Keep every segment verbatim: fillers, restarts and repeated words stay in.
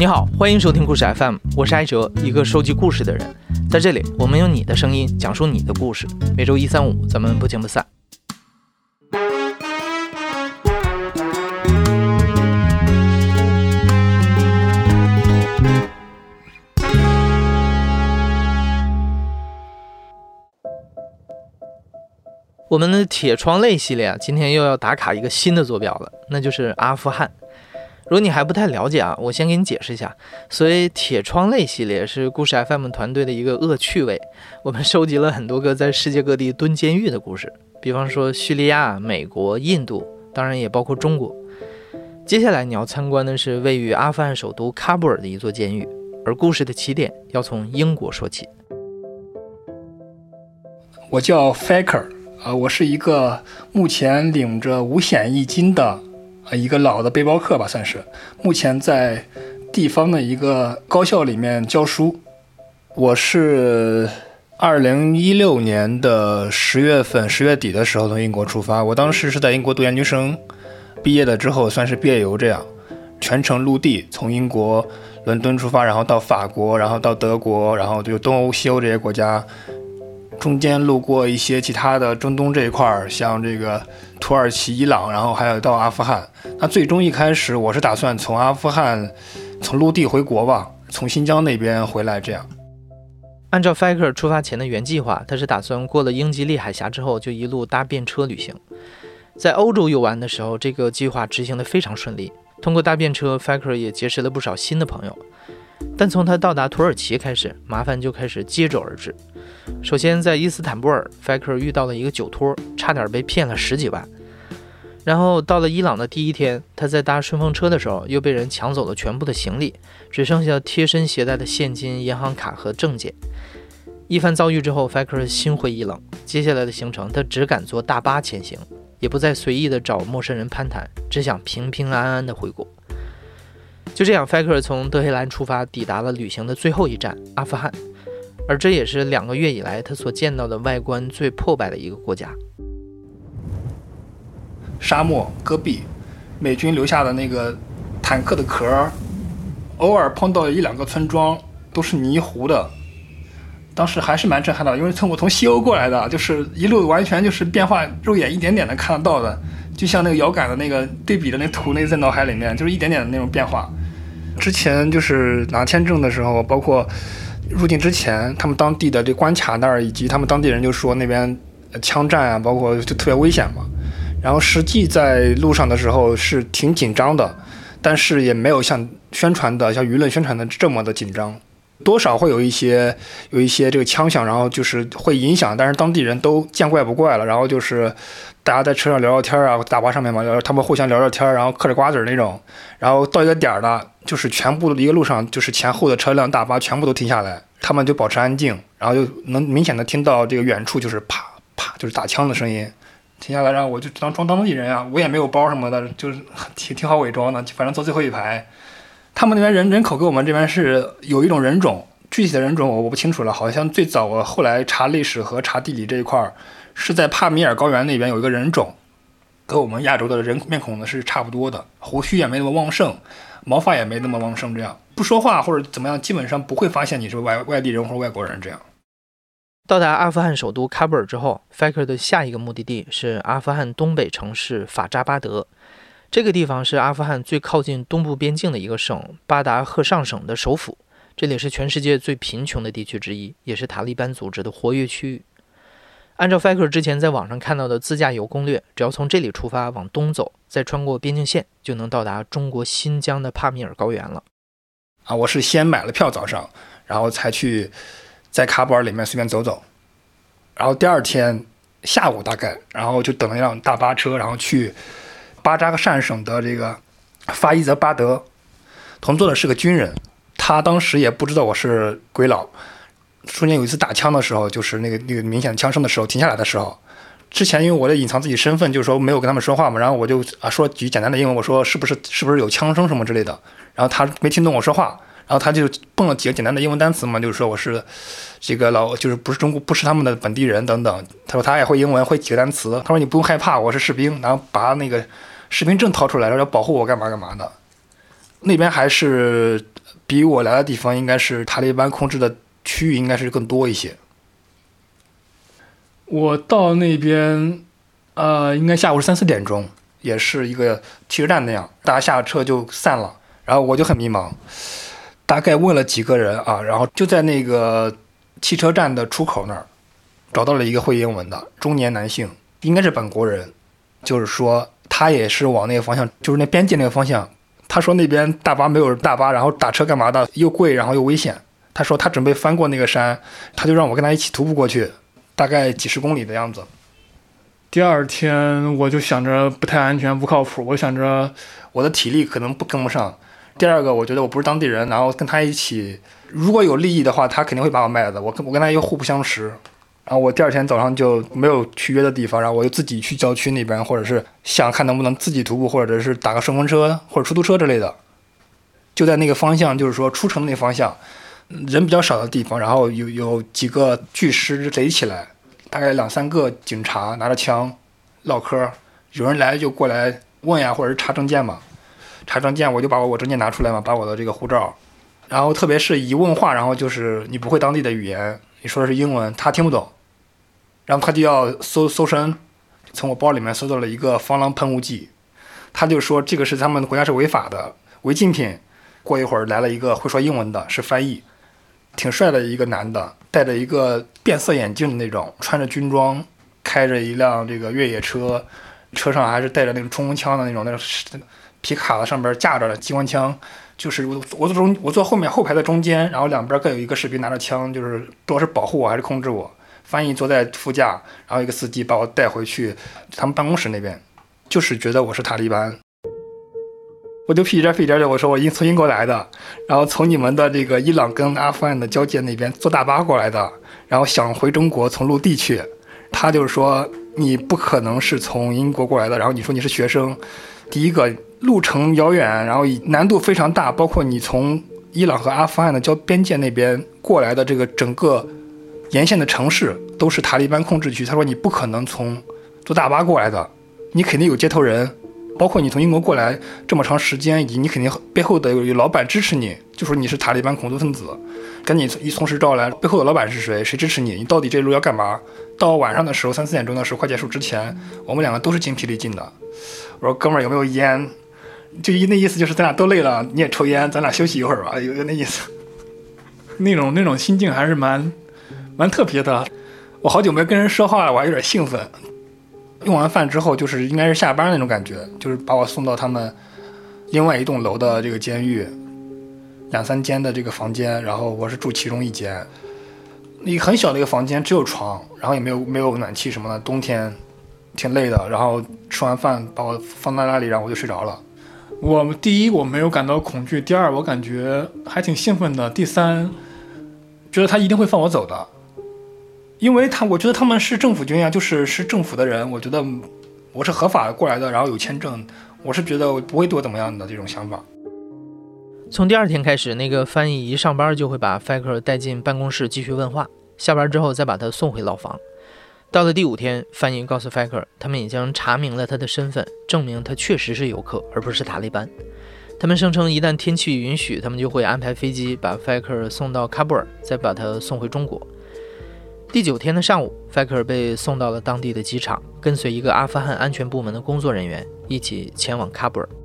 你好，欢迎收听故事 F M， 我是艾哲，一个收集故事的人。在这里，我们用你的声音讲述你的故事。每周一、三、五，咱们不见不散。我们的铁窗泪系列啊，今天又要打卡一个新的坐标了，那就是阿富汗。如果你还不太了解啊，我先给你解释一下。所谓铁窗泪系列是故事 F M 团队的一个恶趣味，我们收集了很多个在世界各地蹲监狱的故事，比方说叙利亚、美国、印度，当然也包括中国。接下来你要参观的是位于阿富汗首都喀布尔的一座监狱，而故事的起点要从英国说起。 我叫 Faker，呃，我是一个目前领着五险一金的呃一个老的背包客吧，算是。目前在地方的一个高校里面教书。我是二零一六年的十月份十月底的时候从英国出发，我当时是在英国读研究生，毕业了之后算是毕业游这样，全程陆地，从英国伦敦出发，然后到法国，然后到德国，然后就东欧西欧这些国家。中间路过一些其他的中东这一块，像这个土耳其、伊朗，然后还有到阿富汗。那最终一开始我是打算从阿富汗从陆地回国吧，从新疆那边回来这样。 按照 Faker 出发前的原计划，他是打算过了英吉利海峡之后就一路搭便车旅行。在欧洲游玩的时候，这个计划执行得非常顺利，通过搭便车 Faker 也结识了不少新的朋友。但从他到达土耳其开始，麻烦就开始接踵而至。首先在伊斯坦布尔 Faker 遇到了一个酒托，差点被骗了十几万。然后到了伊朗的第一天，他在搭顺风车的时候又被人抢走了全部的行李，只剩下贴身携带的现金、银行卡和证件。一番遭遇之后， Faker 心灰意冷，接下来的行程他只敢坐大巴前行，也不再随意的找陌生人攀谈，只想平平安安的回国。就这样 Faker 从德黑兰出发，抵达了旅行的最后一站阿富汗，而这也是两个月以来他所见到的外观最破败的一个国家。 沙漠、戈壁，美军留下的那个坦克的壳，偶尔碰到一两个村庄都是泥糊的，当时还是蛮震撼的，因为从我从西欧过来的，就是一路完全就是变化，肉眼一点点的看得到的，就像那个遥感的那个对比的那图，那在脑海里面就是一点点的那种变化。之前就是拿签证的时候，包括入境之前，他们当地的这关卡那儿，以及他们当地人就说那边枪战啊，包括就特别危险嘛。然后实际在路上的时候是挺紧张的，但是也没有像宣传的、像舆论宣传的这么的紧张。多少会有一些有一些这个枪响，然后就是会影响，但是当地人都见怪不怪了。然后就是大家在车上聊聊天啊，大巴上面嘛，他们互相聊聊天，然后嗑着瓜子那种。然后到一个点呢，就是全部的一个路上，就是前后的车辆、大巴全部都停下来，他们就保持安静，然后就能明显的听到这个远处就是啪啪就是打枪的声音。停下来，然后我就当装当地人啊，我也没有包什么的，就是挺挺好伪装的，反正坐最后一排。他们那边人人口跟我们这边是有一种人种，具体的人种我我不清楚了，好像最早我后来查历史和查地理这一块是在帕米尔高原那边有一个人种，跟我们亚洲的人面孔呢是差不多的，胡须也没那么旺盛，毛发也没那么旺盛，这样不说话或者怎么样，基本上不会发现你是外外地人或者外国人这样。 到达阿富汗首都喀布尔之后， Faker 的下一个目的地是阿富汗东北城市法扎巴德。这个地方是阿富汗最靠近东部边境的一个省，巴达赫尚省的首府，这里是全世界最贫穷的地区之一，也是塔利班组织的活跃区域。按照 Faker 之前在网上看到的自驾游攻略，只要从这里出发往东走，再穿过边境线，就能到达中国新疆的帕米尔高原了。 啊，我是先买了票早上，然后才去在喀布尔里面随便走走，然后第二天下午大概，然后就等了一辆大巴车，然后去巴扎克善省的这个法伊泽巴德，同坐的是个军人，他当时也不知道我是鬼佬。中间有一次打枪的时候，就是那个那个明显枪声的时候，停下来的时候，之前因为我在隐藏自己身份，就是说没有跟他们说话嘛，然后我就啊说几句简单的英文，我说是不是是不是有枪声什么之类的，然后他没听懂我说话，然后他就蹦了几个简单的英文单词嘛，就是说我是这个老就是不是中国不是他们的本地人等等。他说他也会英文，会几个单词，他说你不用害怕，我是士兵，然后把那个士兵证掏出来，然后要保护我干嘛干嘛的。那边还是比我来的地方应该是塔利班控制的区域应该是更多一些。我到那边，呃，应该下午是三四点钟，也是一个汽车站那样，大家下了车就散了，然后我就很迷茫，大概问了几个人啊，然后就在那个汽车站的出口那儿找到了一个会英文的中年男性，应该是本国人，就是说他也是往那个方向，就是那边界那个方向。他说那边大巴没有大巴，然后打车干嘛的，又贵，然后又危险。他说他准备翻过那个山，他就让我跟他一起徒步过去，大概几十公里的样子。第二天我就想着不太安全，不靠谱，我想着我的体力可能不跟不上。第二个，我觉得我不是当地人，然后跟他一起，如果有利益的话，他肯定会把我卖的。我跟我跟他又互不相识。然后我第二天早上就没有去约的地方，然后我就自己去郊区那边，或者是想看能不能自己徒步，或者是打个顺风车或者出租车之类的。就在那个方向，就是说出城的那个方向，人比较少的地方，然后有有几个巨尸垒起来，大概两三个警察拿着枪唠嗑，有人来就过来问呀，或者是查证件嘛。查证件我就把我证件拿出来嘛，把我的这个护照，然后特别是一问话，然后就是你不会当地的语言，你说的是英文，他听不懂。然后他就要搜搜身，从我包里面搜到了一个防狼喷雾剂，他就说这个是他们国家是违法的违禁品。过一会儿来了一个会说英文的，是翻译，挺帅的一个男的，戴着一个变色眼镜的那种，穿着军装，开着一辆这个越野车，车上还是带着那种冲锋枪的那种，那种皮卡的上边架着机关枪，就是我我坐中我坐后面后排的中间，然后两边各有一个士兵拿着枪，就是不知道是保护我还是控制我。翻译坐在副驾，然后一个司机把我带回去他们办公室那边，就是觉得我是塔利班。我就屁颠屁颠的我说我英从英国来的，然后从你们的这个伊朗跟阿富汗的交界那边坐大巴过来的，然后想回中国从陆地去。他就是说你不可能是从英国过来的，然后你说你是学生，第一个路程遥远，然后难度非常大，包括你从伊朗和阿富汗的交边界那边过来的这个整个沿线的城市都是塔利班控制区，他说你不可能从坐大巴过来的，你肯定有接头人，包括你从英国过来这么长时间，以及你肯定背后的有老板支持你，就说你是塔利班恐怖分子，赶紧一从实招来，背后的老板是谁，谁支持你，你到底这路要干嘛？到晚上的时候三四点钟的时候快结束之前，我们两个都是精疲力尽的。我说哥们儿有没有烟？就那意思就是咱俩都累了，你也抽烟，咱俩休息一会儿吧，有有那意思。那种那种心境还是蛮蛮特别的。我好久没跟人说话了，我还有点兴奋。用完饭之后，就是应该是下班那种感觉，就是把我送到他们另外一栋楼的这个监狱，两三间的这个房间，然后我是住其中一间，一个很小的一个房间，只有床，然后也没有没有暖气什么的，冬天挺累的。然后吃完饭把我放在那里，然后我就睡着了。我第一我没有感到恐惧，第二我感觉还挺兴奋的，第三觉得他一定会放我走的。因为他我觉得他们是政府军啊，就是是政府的人，我觉得我是合法过来的，然后有签证，我是觉得我不会对我怎么样的这种想法。 从第二天开始，那个翻译一上班就会把 Faker 带进办公室继续问话，下班之后再把他送回牢房。到了第五天，翻译告诉 Faker 他们已经查明了他的身份，证明他确实是游客而不是塔利班。他们声称一旦天气允许，他们就会安排飞机把 Faker 送到喀布尔，再把他送回中国。第九天的上午， Faker 被送到了当地的机场，跟随一个阿富汗安全部门的工作人员一起前往喀布尔。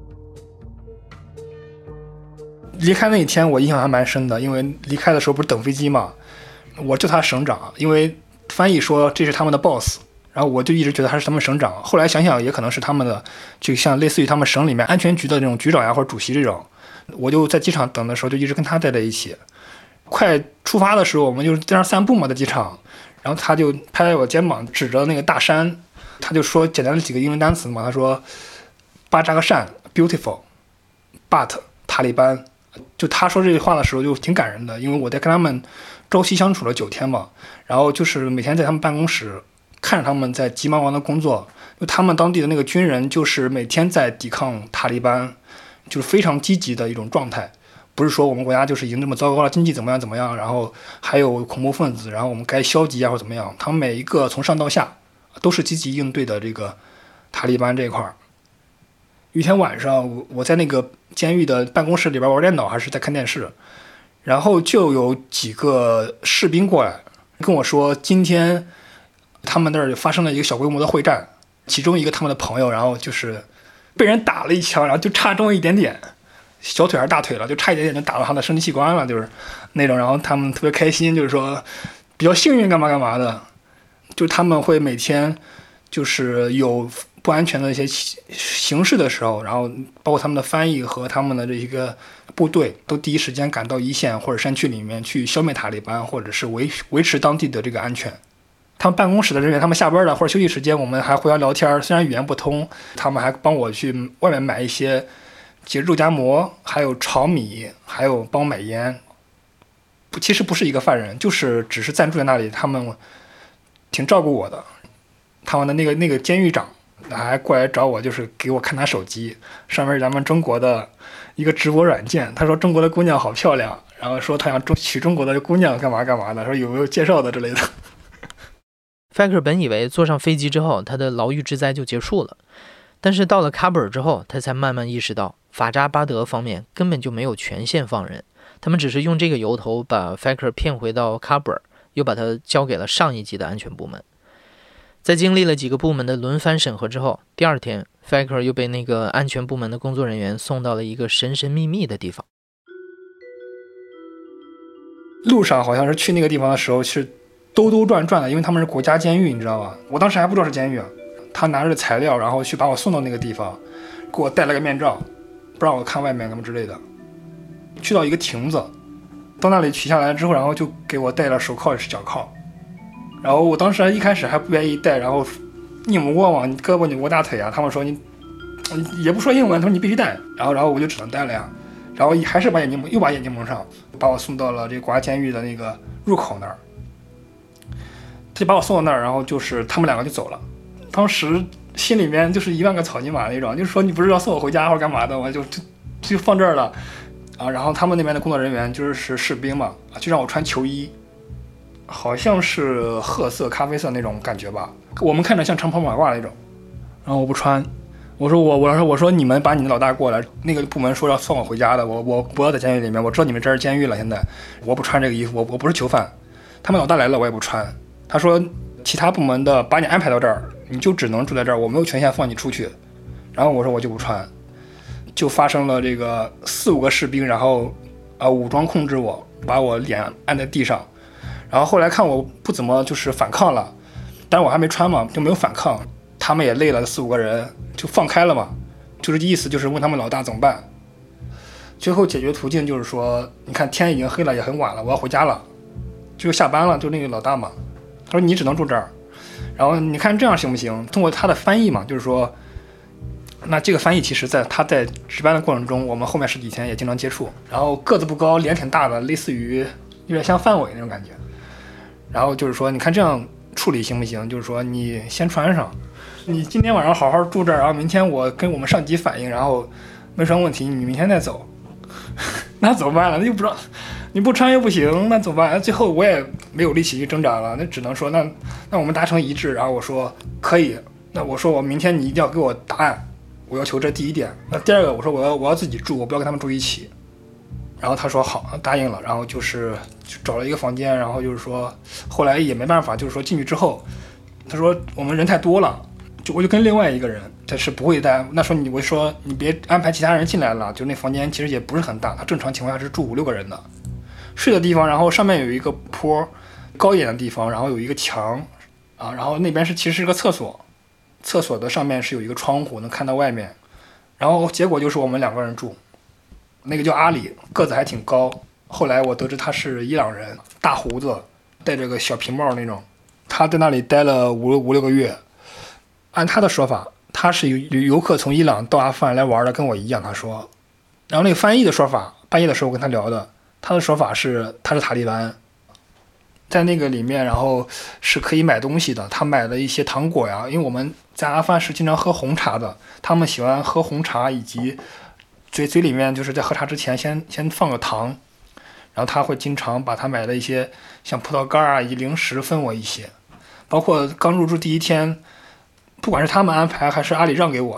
离开那一天我印象还蛮深的，因为离开的时候不是等飞机嘛，我叫他省长，因为翻译说这是他们的 boss， 然后我就一直觉得他是他们省长，后来想想也可能是他们的，就像类似于他们省里面安全局的这种局长呀或者主席这种。我就在机场等的时候就一直跟他待在一起，快出发的时候我们就是在那散步嘛，在机场，然后他就拍拍我肩膀，指着那个大山，他就说简单的几个英文单词嘛，他说巴扎克善 beautiful but 塔利班。就他说这句话的时候就挺感人的，因为我在跟他们朝夕相处了九天嘛，然后就是每天在他们办公室看着他们在急忙忙的工作，就他们当地的那个军人就是每天在抵抗塔利班，就是非常积极的一种状态，不是说我们国家就是已经这么糟糕了，经济怎么样怎么样，然后还有恐怖分子，然后我们该消极啊或者怎么样，他们每一个从上到下都是积极应对的这个塔利班这一块。 有一天晚上，我我在那个监狱的办公室里边玩电脑，还是在看电视，然后就有几个士兵过来跟我说，今天他们那儿发生了一个小规模的会战，其中一个他们的朋友，然后就是被人打了一枪，然后就差这么一点点，小腿还是大腿了，就差一点点就打到他的生殖器官了，就是那种，然后他们特别开心，就是说比较幸运干嘛干嘛的，就是他们会每天就是有不安全的一些形势的时候，然后包括他们的翻译和他们的这一个部队都第一时间赶到一线或者山区里面去消灭塔利班，或者是维维持当地的这个安全。他们办公室的人员，他们下班了或者休息时间，我们还互相聊天，虽然语言不通，他们还帮我去外面买一些几肉夹馍，还有炒米，还有帮我买烟。不，其实不是一个犯人，就是只是暂住在那里，他们挺照顾我的。他们的那个那个监狱长还过来找我，就是给我看他手机，上面是咱们中国的一个直播软件。他说中国的姑娘好漂亮，然后说他想娶中国的姑娘干嘛干嘛的，说有没有介绍的之类的。 Faker 本以为坐上飞机之后他的牢狱之灾就结束了，但是到了喀布尔之后，他才慢慢意识到法扎巴德方面根本就没有权限放人，他们只是用这个由头把 Faker 骗回到喀布尔，又把他交给了上一级的安全部门。在经历了几个部门的轮番审核之后，第二天 Faker 又被那个安全部门的工作人员送到了一个神神秘秘的地方。 路上好像是去那个地方的时候是兜兜转转的，因为他们是国家监狱，你知道吧？我当时还不知道是监狱啊。他拿着材料，然后去把我送到那个地方，给我戴了个面罩，不让我看外面什么之类的。去到一个亭子，到那里取下来之后，然后就给我戴了手铐脚铐。然后我当时一开始还不愿意戴，然后拧不过往胳膊拧过大腿啊，他们说你也不说英文，他说你必须戴，然后然后我就只能戴了呀。然后还是把眼镜又把眼镜蒙上，把我送到了这个国家监狱的那个入口那儿。他就把我送到那儿，然后就是他们两个就走了。当时心里面就是一万个草泥马那种，就是说你不是要送我回家或者干嘛的，我就就就放这儿了啊。然后他们那边的工作人员就是士兵嘛，就让我穿球衣，好像是褐色咖啡色那种感觉吧，我们看着像长袍马褂那种。然后我不穿，我说我我说我说你们把你的老大过来，那个部门说要送我回家的，我我不要在监狱里面，我知道你们这是监狱了，现在我不穿这个衣服，我我不是囚犯。他们老大来了我也不穿。他说其他部门的把你安排到这儿，你就只能住在这儿，我没有权限放你出去。然后我说我就不穿，就发生了这个四五个士兵，然后啊、呃、武装控制我，把我脸按在地上。然后后来看我不怎么就是反抗了，但是我还没穿嘛，就没有反抗。他们也累了，四五个人就放开了嘛，就是意思就是问他们老大怎么办。最后解决途径就是说，你看天已经黑了，也很晚了，我要回家了，就下班了，就那个老大嘛。他说你只能住这儿，然后你看这样行不行？通过他的翻译嘛，就是说，那这个翻译其实在他在值班的过程中，我们后面十几天也经常接触。然后个子不高，脸挺大的，类似于有点像范伟那种感觉。然后就是说，你看这样处理行不行？就是说你先穿上，你今天晚上好好住这儿，然后明天我跟我们上级反映，然后没什么问题，你明天再走。那怎么办了？那又不知道。你不穿又不行，那怎么办？最后我也没有力气去挣扎了，那只能说那那我们达成一致。然后我说可以，那我说我明天你一定要给我答案，我要求这第一点。那第二个我说我要我要自己住，我不要跟他们住一起。然后他说好，答应了。然后就是就找了一个房间，然后就是说后来也没办法，就是说进去之后，他说我们人太多了，就我就跟另外一个人，他是不会带。那时候你我说你别安排其他人进来了，就那房间其实也不是很大，他正常情况下是住五六个人的。睡的地方，然后上面有一个坡，高一点的地方，然后有一个墙，啊，然后那边是其实是个厕所，厕所的上面是有一个窗户，能看到外面。然后结果就是我们两个人住，那个叫阿里，个子还挺高。后来我得知他是伊朗人，大胡子，戴着个小皮帽那种。他在那里待了五五六个月。按他的说法，他是游游客从伊朗到阿富汗来玩的，跟我一样。他说，然后那个翻译的说法，半夜的时候我跟他聊的。他的说法是他是塔利班，在那个里面，然后是可以买东西的。他买了一些糖果呀，因为我们在阿富汗是经常喝红茶的，他们喜欢喝红茶，以及嘴嘴里面就是在喝茶之前先先放个糖，然后他会经常把他买的一些像葡萄干啊以及零食分我一些，包括刚入住第一天，不管是他们安排还是阿里让给我的，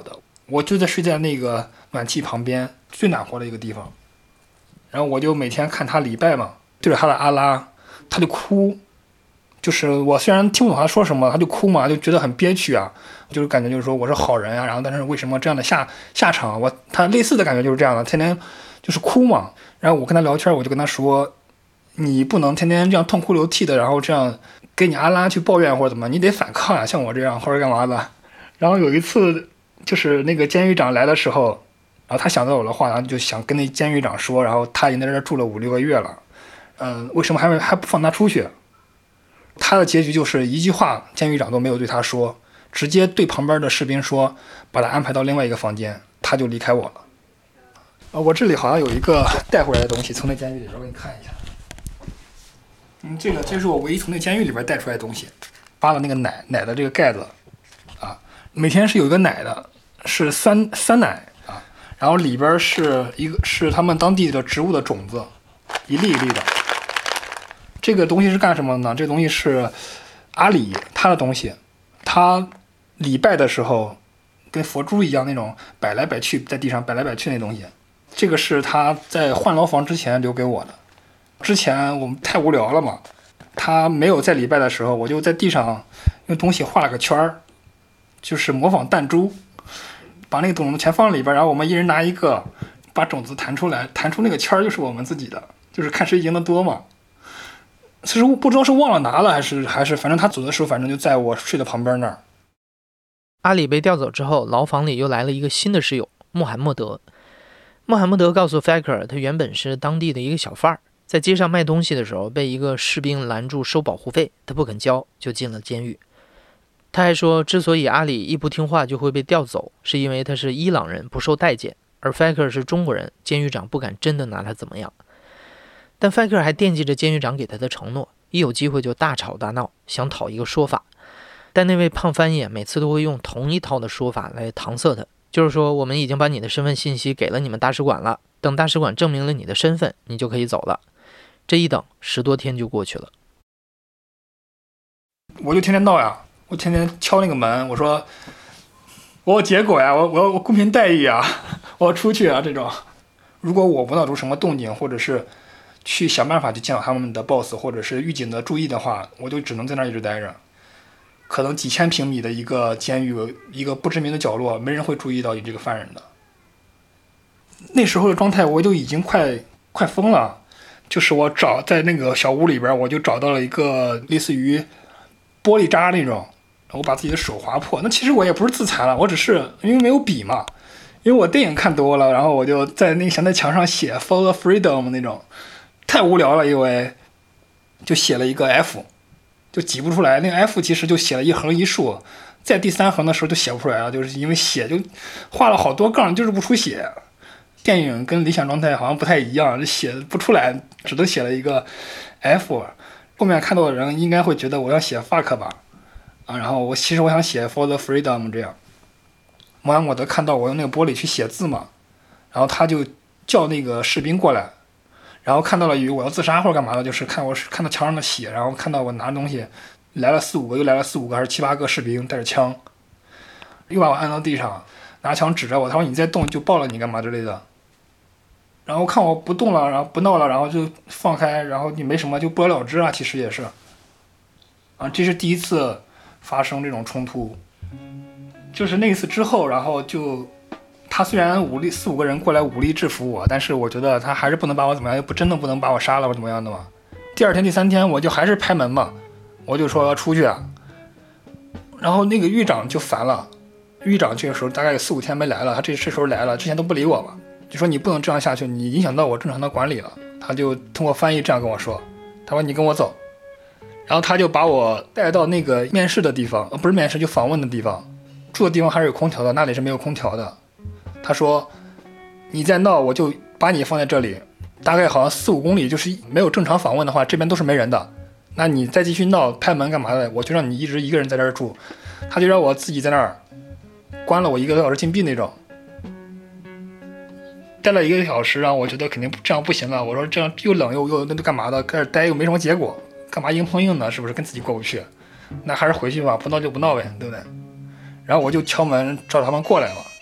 我就在睡在那个暖气旁边最暖和的一个地方，然后我就每天看他礼拜嘛，对着他的阿拉，他就哭，就是我虽然听不懂他说什么，他就哭嘛，就觉得很憋屈啊，就是感觉就是说我是好人啊，然后但是为什么这样的下下场，我他类似的感觉就是这样的，天天就是哭嘛。然后我跟他聊天，我就跟他说，你不能天天这样痛哭流涕的，然后这样给你阿拉去抱怨或者怎么，你得反抗啊，像我这样或者干嘛的。然后有一次就是那个监狱长来的时候，然后他想到我的话，然后就想跟那监狱长说，然后他已经在这住了五六个月了，嗯、呃，为什么还还不放他出去？他的结局就是一句话监狱长都没有对他说，直接对旁边的士兵说，把他安排到另外一个房间，他就离开我了。啊，我这里好像有一个带回来的东西，从那监狱里边，我给你看一下。嗯，这个这是我唯一从那监狱里边带出来的东西，发的那个奶奶的这个盖子，啊，每天是有一个奶的，是酸酸奶啊，然后里边是一个是他们当地的植物的种子，一粒一粒的。这个东西是干什么的呢？这个东西是阿里他的东西，他礼拜的时候跟佛珠一样那种摆来摆去，在地上摆来摆去那东西。这个是他在换牢房之前留给我的。之前我们太无聊了嘛，他没有在礼拜的时候，我就在地上用东西画了个圈儿，就是模仿弹珠，把那个种子全放里边，然后我们一人拿一个，把种子弹出来，弹出那个圈儿就是我们自己的，就是看谁赢得多嘛。其实不知道是忘了拿了还是还是，反正他走的时候，反正就在我睡的旁边那儿。 阿里被调走之后，牢房里又来了一个新的室友穆罕默德。穆罕默德告诉 Faker， 他原本是当地的一个小贩，在街上卖东西的时候被一个士兵拦住收保护费，他不肯交，就进了监狱。他还说，之所以阿里一不听话就会被调走，是因为他是伊朗人，不受待见，而 Faker 是中国人，监狱长不敢真的拿他怎么样。但 Faker 还惦记着监狱长给他的承诺，一有机会就大吵大闹，想讨一个说法。但那位胖翻译每次都会用同一套的说法来搪塞他，就是说我们已经把你的身份信息给了你们大使馆了，等大使馆证明了你的身份，你就可以走了。这一等十多天就过去了。 我就天天闹呀，我天天敲那个门，我说我有结果呀，我我要我公平待遇啊，我要出去啊这种。如果我不闹出什么动静，或者是去想办法去见到他们的 boss 或者是狱警的注意的话，我就只能在那儿一直待着。可能几千平米的一个监狱，一个不知名的角落，没人会注意到你这个犯人的。那时候的状态我就已经快快疯了，就是我找在那个小屋里边，我就找到了一个类似于玻璃渣那种，我把自己的手划破。那其实我也不是自残了，我只是因为没有笔嘛，因为我电影看多了，然后我就在那想在墙上写 For the Freedom 那种，太无聊了，因为就写了一个 F。就挤不出来，那个 F 其实就写了一横一竖，在第三横的时候就写不出来了，就是因为写就画了好多杠，就是不出血。电影跟理想状态好像不太一样，写不出来，只能写了一个 F。后面看到的人应该会觉得我要写 fuck 吧，啊，然后我其实我想写 for the freedom 这样。穆罕默德看到我用那个玻璃去写字嘛，然后他就叫那个士兵过来。然后看到了以为我要自杀或者干嘛的，就是看我看到墙上的血，然后看到我拿东西，来了四五个，又来了四五个还是七八个士兵带着枪，又把我按到地上，拿枪指着我，他说你再动就爆了你干嘛之类的。然后看我不动了，然后不闹了，然后就放开，然后你没什么就不了了之啊，其实也是，啊，这是第一次发生这种冲突，就是那一次之后，然后就。他虽然武力四五个人过来武力制服我，但是我觉得他还是不能把我怎么样，又不真的不能把我杀了或怎么样的嘛。第二天、第三天我就还是拍门嘛，我就说要出去啊。然后那个狱长就烦了，狱长这个时候大概有四五天没来了，他这这时候来了，之前都不理我嘛，就说你不能这样下去，你影响到我正常的管理了。他就通过翻译这样跟我说，他说你跟我走，然后他就把我带到那个面试的地方，呃，不是面试就访问的地方，住的地方还是有空调的，那里是没有空调的。他说你再闹我就把你放在这里，大概好像四五公里，就是没有正常访问的话这边都是没人的，那你再继续闹拍门干嘛的，我就让你一直一个人在这儿住。他就让我自己在那儿关了我一个多小时禁闭那种，待了一个小时，然后我觉得肯定这样不行了，我说这样又冷又又那干嘛的，开始待又没什么结果，干嘛硬碰硬呢，是不是跟自己过不去，那还是回去吧，不闹就不闹呗，对不对。然后我就敲门找他们过来了，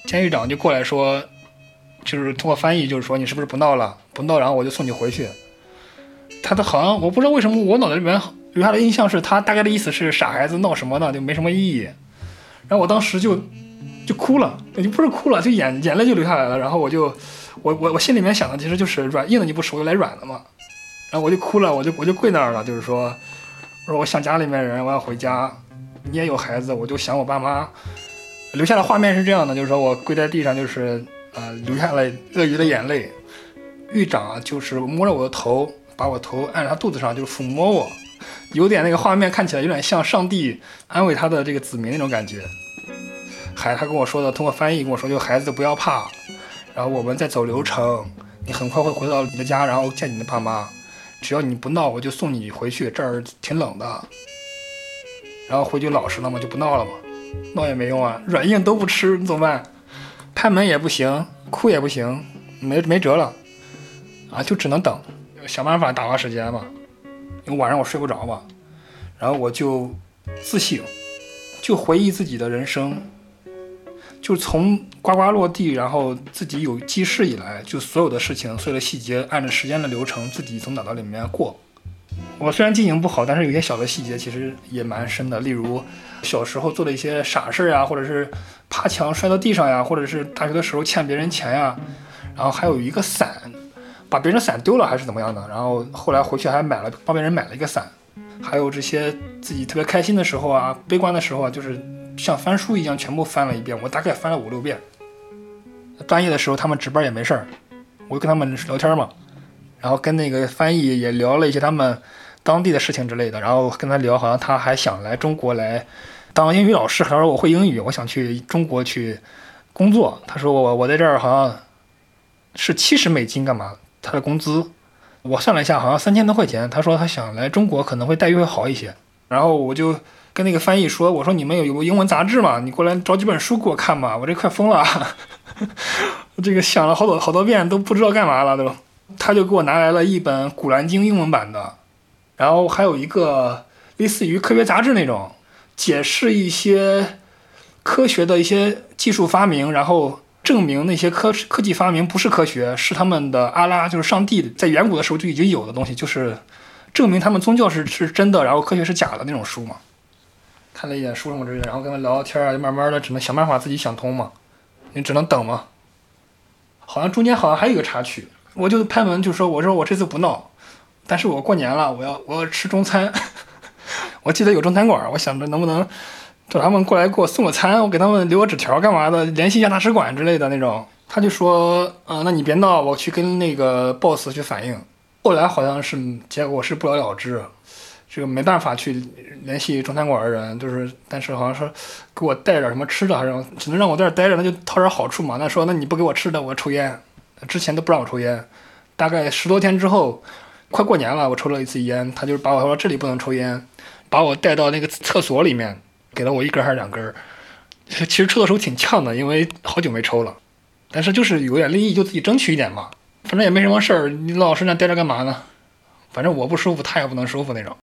监狱长就过来说，就是通过翻译，就是说你是不是不闹了？不闹，然后我就送你回去。他的好像我不知道为什么我脑袋里面留下的印象是他大概的意思是傻孩子闹什么呢，就没什么意义。然后我当时就就哭了，就不是哭了，就眼眼泪就流下来了。然后我就我我我心里面想的其实就是软硬的你不吃我就来软的嘛。然后我就哭了，我就我就跪那儿了，就是说我说我想家里面人，我要回家。你也有孩子，我就想我爸妈。留下的画面是这样的，就是说我跪在地上，就是呃流下了鳄鱼的眼泪。狱长啊，就是摸着我的头，把我头按在他肚子上，就是抚摸我，有点那个画面看起来有点像上帝安慰他的这个子民那种感觉。还他跟我说的，通过翻译跟我说，就孩子不要怕，然后我们再走流程，你很快会回到你的家，然后见你的爸妈。只要你不闹，我就送你回去，这儿挺冷的。然后回去老实了嘛，就不闹了嘛。闹也没用啊，软硬都不吃，你怎么办？拍门也不行，哭也不行，没没辙了啊，就只能等，想办法打发时间嘛。因为晚上我睡不着嘛，然后我就自省，就回忆自己的人生，就从呱呱落地，然后自己有记事以来，就所有的事情，所有的细节，按照时间的流程，自己从脑袋里面过。我虽然记性不好，但是有些小的细节其实也蛮深的，例如小时候做的一些傻事呀，或者是爬墙摔到地上呀，或者是大学的时候欠别人钱呀，然后还有一个伞，把别人的伞丢了还是怎么样的，然后后来回去还买了帮别人买了一个伞，还有这些自己特别开心的时候啊，悲观的时候啊，就是像翻书一样全部翻了一遍，我大概翻了五六遍。专业的时候他们值班也没事儿，我就跟他们聊天嘛，然后跟那个翻译也聊了一些他们当地的事情之类的，然后跟他聊，好像他还想来中国来当英语老师，他说我会英语，我想去中国去工作。他说我我在这儿好像是七十美金干嘛，他的工资我算了一下好像三千多块钱。他说他想来中国可能会待遇会好一些，然后我就跟那个翻译说，我说你们有有英文杂志吗？你过来找几本书给我看吧，我这快疯了，这个想了好多好多遍都不知道干嘛了都。他就给我拿来了一本《古兰经》英文版的，然后还有一个类似于科学杂志那种，解释一些科学的一些技术发明，然后证明那些科科技发明不是科学，是他们的阿拉，就是上帝在远古的时候就已经有的东西，就是证明他们宗教是是真的，然后科学是假的那种书嘛。看了一眼书什么之类的，然后跟他聊聊天啊，就慢慢的只能想办法自己想通嘛，你只能等嘛。好像中间好像还有一个插曲，我就拍门就说，我说我这次不闹，但是我过年了，我要我要吃中餐，我记得有中餐馆，我想着能不能找他们过来给我送个餐，我给他们留个纸条干嘛的，联系一下大使馆之类的那种。他就说，啊、呃，那你别闹，我去跟那个 boss 去反映。后来好像是结果是不了了之，这个没办法去联系中餐馆的人，就是但是好像说给我带点什么吃的，还是只能让我在这待着，那就掏点好处嘛。那说那你不给我吃的，我抽烟。之前都不让我抽烟，大概十多天之后，快过年了，我抽了一次烟，他就把我说这里不能抽烟，把我带到那个厕所里面，给了我一根还是两根。其实抽的时候挺呛的，因为好久没抽了，但是就是有点利益就自己争取一点嘛，反正也没什么事儿，你老是那待着干嘛呢？反正我不舒服，他也不能舒服那种。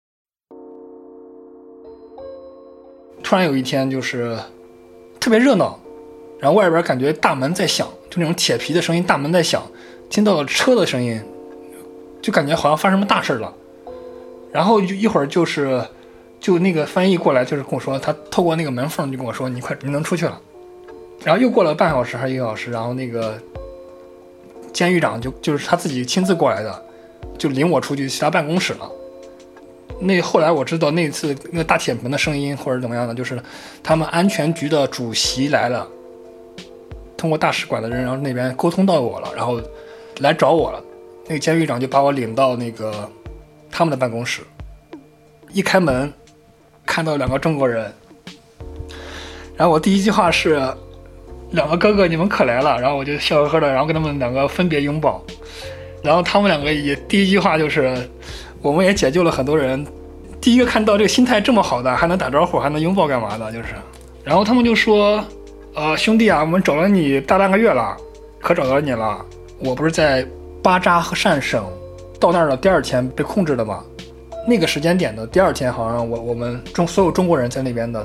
突然有一天就是特别热闹，然后外边感觉大门在响，就那种铁皮的声音，大门在响，听到了车的声音，就感觉好像发生什么大事了。然后就一会儿就是就那个翻译过来，就是跟我说，他透过那个门缝就跟我说，你快你能出去了。然后又过了半小时还是一个小时，然后那个监狱长就就是他自己亲自过来的，就领我出去其他办公室了。那后来我知道那次那个大铁门的声音或者怎么样的，就是他们安全局的主席来了，通过大使馆的人，然后那边沟通到我了，然后来找我了。那个监狱长就把我领到那个他们的办公室，一开门看到两个中国人，然后我第一句话是，两个哥哥你们可来了，然后我就笑呵呵的，然后跟他们两个分别拥抱，然后他们两个也第一句话就是，我们也解救了很多人，第一个看到这个心态这么好的，还能打招呼还能拥抱干嘛的，就是，然后他们就说，呃兄弟啊，我们找了你大半个月了，可找到你了，我不是在巴扎和善省到那儿的第二天被控制的吗？那个时间点的第二天，好像我我们中所有中国人在那边的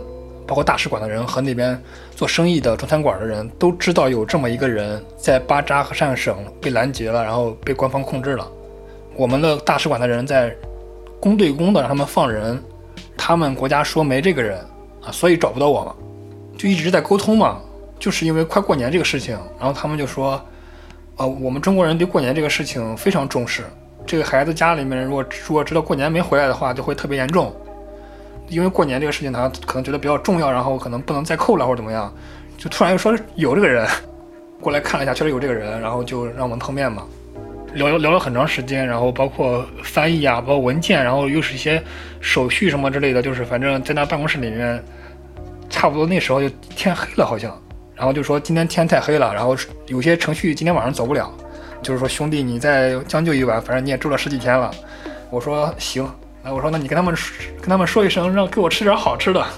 包括大使馆的人和那边做生意的中餐馆的人都知道有这么一个人在巴扎克善省被拦截了，然后被官方控制了。我们的大使馆的人在公对公的让他们放人，他们国家说没这个人啊，所以找不到我嘛，就一直在沟通嘛。就是因为快过年这个事情，然后他们就说，呃，我们中国人对过年这个事情非常重视，这个孩子家里面如果如果知道过年没回来的话，就会特别严重。因为过年这个事情他可能觉得比较重要，然后可能不能再扣了或者怎么样，就突然又说有这个人，过来看了一下，确实有这个人，然后就让我们碰面嘛，聊聊了很长时间，然后包括翻译啊，包括文件，然后又是一些手续什么之类的，就是反正在那办公室里面，差不多那时候就天黑了好像，然后就说今天天太黑了，然后有些程序今天晚上走不了，就是说兄弟你再将就一晚，反正你也住了十几天了。我说行，我说那你跟他们跟他们说一声，让给我吃点好吃的。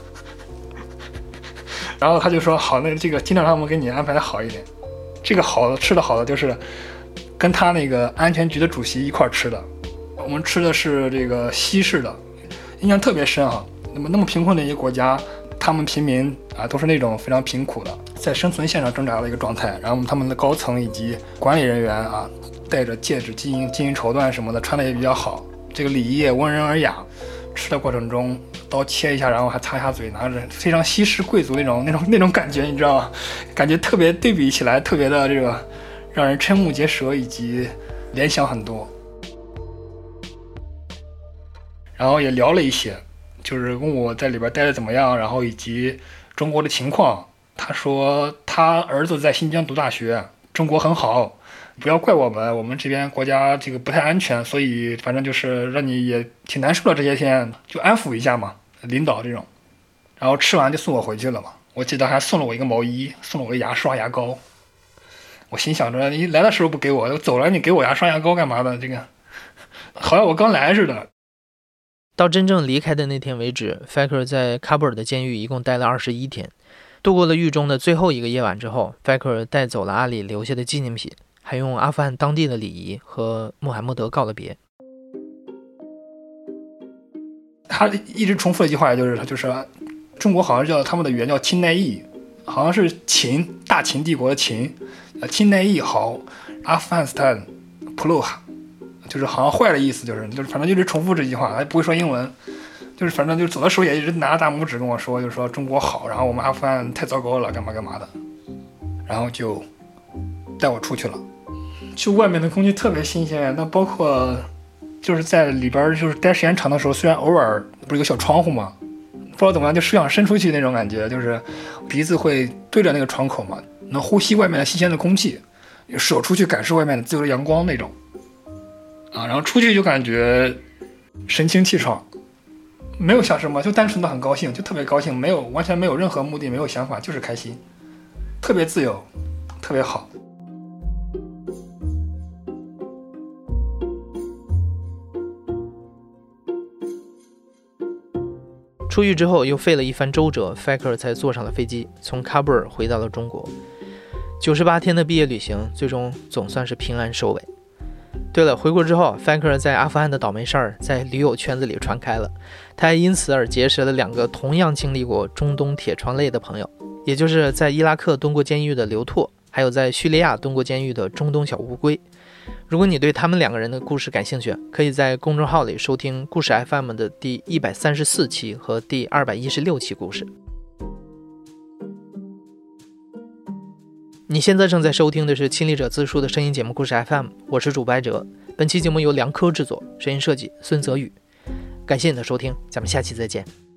然后他就说好，那这个尽量让他们给你安排的好一点。这个好的吃的好的就是跟他那个安全局的主席一块吃的，我们吃的是这个西式的，印象特别深啊。那么那么贫困的一个国家，他们平民啊都是那种非常贫苦的，在生存线上挣扎的一个状态。然后他们的高层以及管理人员啊，戴着戒指、金银金银绸缎什么的，穿的也比较好。这个礼仪也温文尔雅，吃的过程中刀切一下，然后还擦一下嘴，拿着非常西式贵族那种那种那种感觉，你知道吗？感觉特别对比起来，特别的这个让人瞠目结舌，以及联想很多。然后也聊了一些，就是问我在里边待的怎么样，然后以及中国的情况。他说他儿子在新疆读大学，中国很好。不要怪我们，我们这边国家这个不太安全，所以反正就是让你也挺难受的这些天，就安抚一下嘛，领导这种。然后吃完就送我回去了嘛，我记得还送了我一个毛衣，送了我个牙刷牙膏。我心想着你来的时候不给我，走了你给我牙刷牙膏干嘛的？这个好像我刚来似的。 到真正离开的那天为止， Faker 在喀布尔的监狱一共待了二十一天。度过了狱中的最后一个夜晚之后， Faker 带走了阿里留下的纪念品，还用阿富汗当地的礼仪和穆罕默德告了别。 他一直重复的一句话就是就是中国好像叫他们的语言叫钦奈义，好像是秦大秦帝国的秦，钦奈义好，阿富汗斯坦普鲁哈，就是好像坏的意思，就是就是反正就是重复这句话，还不会说英文，就是反正就走的时候也一直拿大拇指跟我说，就是说中国好，然后我们阿富汗太糟糕了，干嘛干嘛的，然后就带我出去了。就外面的空气特别新鲜，那包括就是在里边就是待时间长的时候，虽然偶尔不是有个小窗户嘛，不知道怎么样就手想伸出去那种感觉，就是鼻子会对着那个窗口嘛，能呼吸外面的新鲜的空气，手出去感受外面的自由的阳光那种啊，然后出去就感觉神清气爽，没有想什么，就单纯的很高兴，就特别高兴，没有完全没有任何目的，没有想法，就是开心，特别自由，特别好。 出狱之后又费了一番周折， Faker 才坐上了飞机，从喀布尔回到了中国。九十八天的毕业旅行最终总算是平安收尾。对了，回国之后 Faker 在阿富汗的倒霉事儿在驴友圈子里传开了，他还因此而结识了两个同样经历过中东铁窗泪的朋友，也就是在伊拉克蹲过监狱的刘拓，还有在叙利亚蹲过监狱的中东小乌龟。如果你对他们两个人的故事感兴趣，可以在公众号里收听故事 F M 的第一百三十四期和第二百一十六期故事。你现在正在收听的是亲历者自述的声音节目故事 F M， 我是主播哲。本期节目由梁科制作，声音设计孙泽宇。感谢你的收听，咱们下期再见。